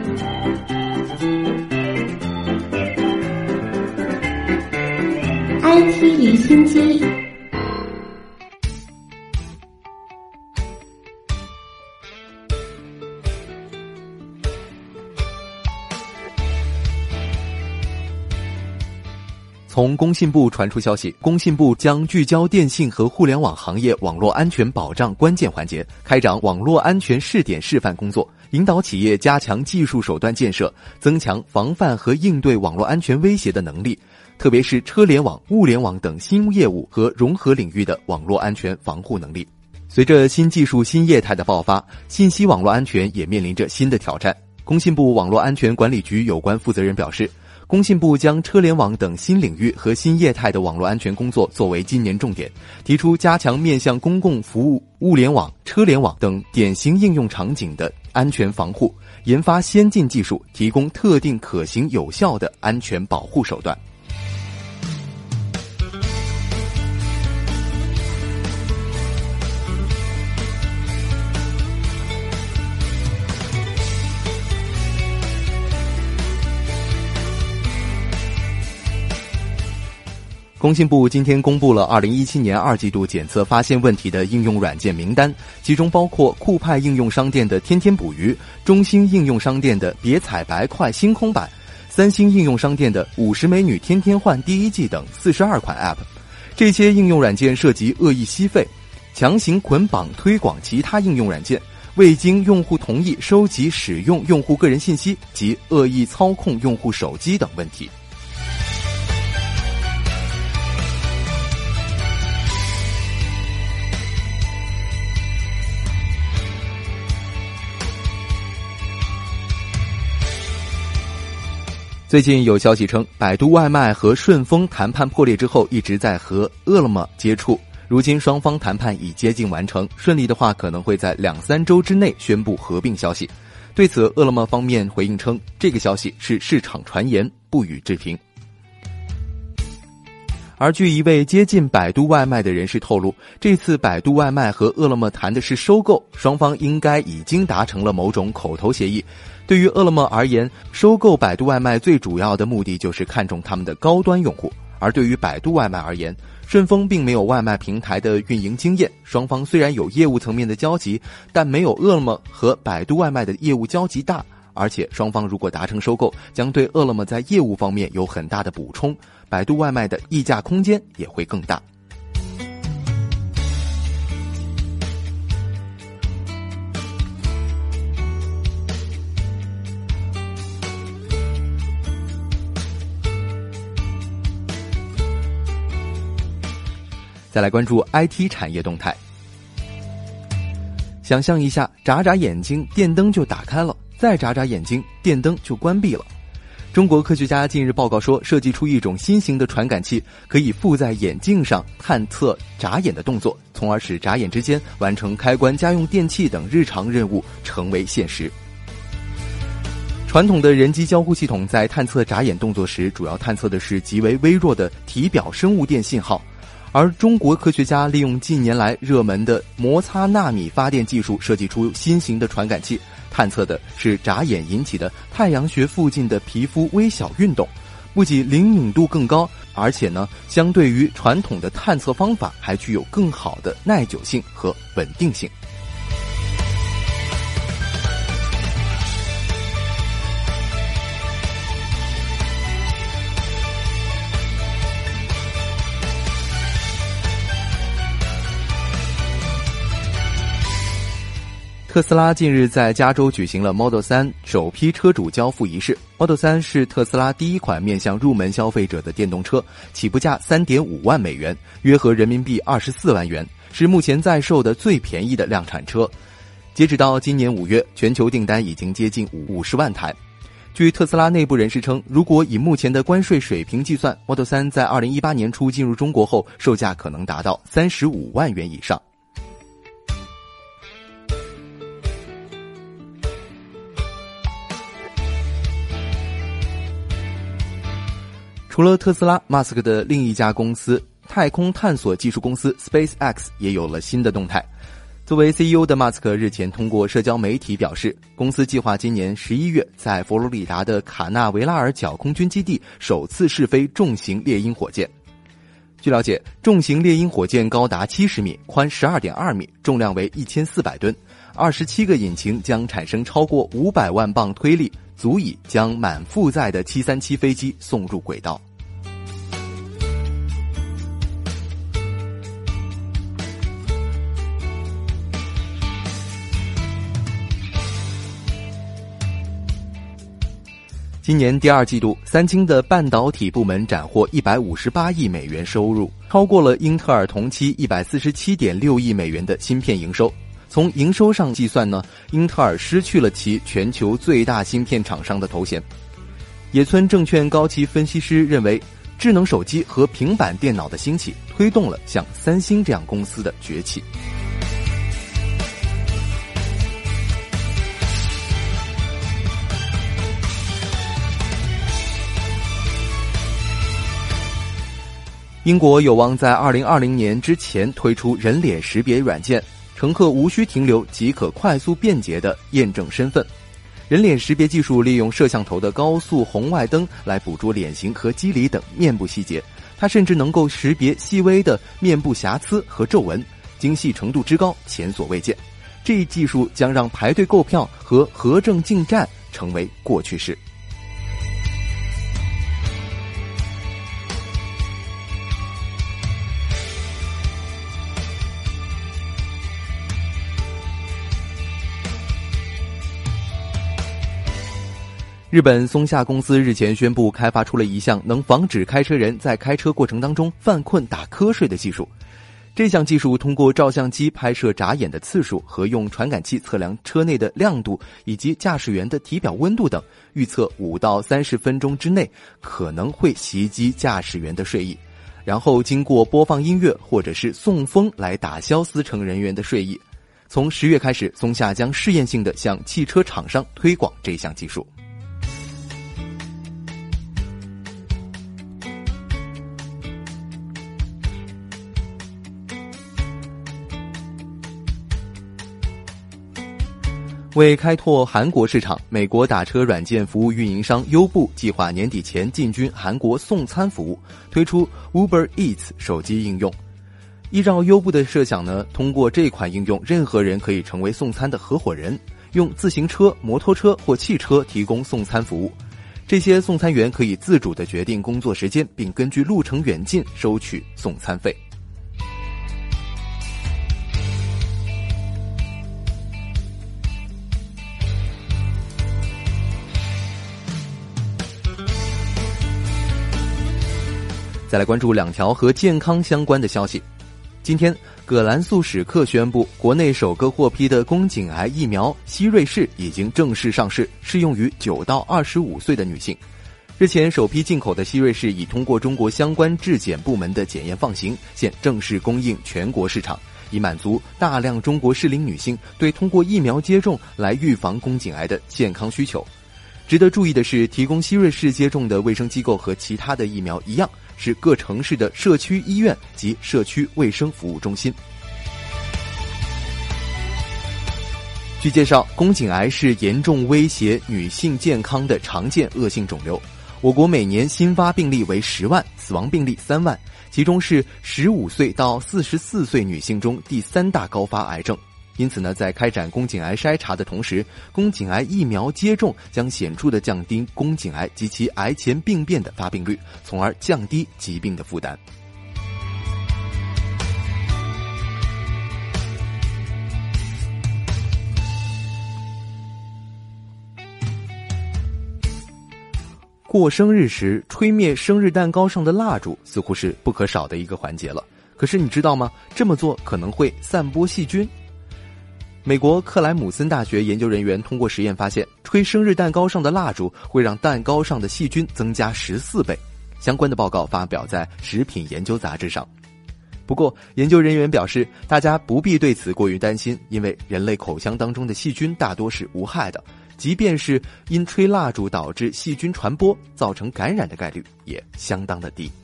IT 离心机。 从工信部传出消息，工信部将聚焦电信和互联网行业网络安全保障关键环节，开展网络安全试点示范工作，引导企业加强技术手段建设，增强防范和应对网络安全威胁的能力，特别是车联网、物联网等新业务和融合领域的网络安全防护能力。随着新技术新业态的爆发，信息网络安全也面临着新的挑战。工信部网络安全管理局有关负责人表示，工信部将车联网等新领域和新业态的网络安全工作作为今年重点，提出加强面向公共服务、物联网、车联网等典型应用场景的安全防护，研发先进技术，提供特定可行有效的安全保护手段。工信部今天公布了2017年2季度检测发现问题的应用软件名单，其中包括酷派应用商店的天天捕鱼、中兴应用商店的别彩白快星空版、三星应用商店的50美女天天换第一季等42款 App。 这些应用软件涉及恶意吸费、强行捆绑推广其他应用软件、未经用户同意收集使用用户个人信息及恶意操控用户手机等问题。最近有消息称，百度外卖和顺丰谈判破裂之后，一直在和饿了么接触。如今双方谈判已接近完成，顺利的话可能会在2-3周之内宣布合并消息。对此，饿了么方面回应称，这个消息是市场传言，不予置评。而据一位接近百度外卖的人士透露，这次百度外卖和饿了么谈的是收购，双方应该已经达成了某种口头协议。对于饿了么而言，收购百度外卖最主要的目的就是看中他们的高端用户，而对于百度外卖而言，顺丰并没有外卖平台的运营经验，双方虽然有业务层面的交集，但没有饿了么和百度外卖的业务交集大，而且双方如果达成收购，将对饿了么在业务方面有很大的补充，百度外卖的溢价空间也会更大。再来关注 IT 产业动态。想象一下，眨眨眼睛电灯就打开了，再眨眨眼睛电灯就关闭了。中国科学家近日报告说，设计出一种新型的传感器，可以附在眼镜上探测眨眼的动作，从而使眨眼之间完成开关家用电器等日常任务成为现实。传统的人机交互系统在探测眨眼动作时，主要探测的是极为微弱的体表生物电信号，而中国科学家利用近年来热门的摩擦纳米发电技术，设计出新型的传感器，探测的是眨眼引起的太阳穴附近的皮肤微小运动，不仅灵敏度更高，而且呢，相对于传统的探测方法还具有更好的耐久性和稳定性。特斯拉近日在加州举行了 Model 3首批车主交付仪式。Model 3是特斯拉第一款面向入门消费者的电动车，起步价 3.5 万美元，约合人民币24万元，是目前在售的最便宜的量产车。截止到今年5月，全球订单已经接近50万台。据特斯拉内部人士称，如果以目前的关税水平计算， Model 3在2018年初进入中国后，售价可能达到35万元以上。除了特斯拉，马斯克的另一家公司太空探索技术公司 SpaceX 也有了新的动态。 作为 CEO 的马斯克日前通过社交媒体表示，公司计划今年11月在佛罗里达的卡纳维拉尔角空军基地首次试飞重型猎鹰火箭。据了解，重型猎鹰火箭高达70米，宽 12.2 米，重量为1400吨，27个引擎将产生超过500万磅推力，足以将满负载的737飞机送入轨道。今年第二季度，三星的半导体部门斩获158亿美元收入，超过了英特尔同期147.6亿美元的芯片营收。从营收上计算呢，英特尔失去了其全球最大芯片厂商的头衔。野村证券高级分析师认为，智能手机和平板电脑的兴起，推动了像三星这样公司的崛起。英国有望在2020年之前推出人脸识别软件，乘客无需停留即可快速便捷地验证身份。人脸识别技术利用摄像头的高速红外灯来捕捉脸型和肌理等面部细节，它甚至能够识别细微的面部瑕疵和皱纹，精细程度之高前所未见。这一技术将让排队购票和核证进站成为过去式。日本松下公司日前宣布开发出了一项能防止开车人在开车过程当中犯困打瞌睡的技术。这项技术通过照相机拍摄眨眼的次数和用传感器测量车内的亮度以及驾驶员的体表温度等，预测5到30分钟之内可能会袭击驾驶员的睡意，然后经过播放音乐或者是送风来打消司乘人员的睡意。从10月开始，松下将试验性的向汽车厂商推广这项技术。为开拓韩国市场，美国打车软件服务运营商优步计划年底前进军韩国送餐服务，推出 Uber Eats 手机应用。依照优步的设想呢，通过这款应用，任何人可以成为送餐的合伙人，用自行车、摩托车或汽车提供送餐服务。这些送餐员可以自主地决定工作时间，并根据路程远近收取送餐费。再来关注2条和健康相关的消息。今天，葛兰素史克宣布，国内首个获批的宫颈癌疫苗希瑞氏已经正式上市，适用于9到25岁的女性。日前，首批进口的希瑞氏已通过中国相关质检部门的检验放行，现正式供应全国市场，以满足大量中国适龄女性对通过疫苗接种来预防宫颈癌的健康需求。值得注意的是，提供希瑞氏接种的卫生机构和其他的疫苗一样，是各城市的社区医院及社区卫生服务中心。据介绍，宫颈癌是严重威胁女性健康的常见恶性肿瘤。我国每年新发病例为10万，死亡病例3万，其中是15岁到44岁女性中第3大高发癌症。因此呢，在开展宫颈癌筛查的同时，宫颈癌疫苗接种将显著地降低宫颈癌及其癌前病变的发病率，从而降低疾病的负担。过生日时吹灭生日蛋糕上的蜡烛，似乎是不可少的一个环节了。可是你知道吗？这么做可能会散播细菌。美国克莱姆森大学研究人员通过实验发现，吹生日蛋糕上的蜡烛会让蛋糕上的细菌增加14倍。相关的报告发表在《食品研究杂志》上。不过，研究人员表示，大家不必对此过于担心，因为人类口腔当中的细菌大多是无害的，即便是因吹蜡烛导致细菌传播造成感染的概率也相当的低。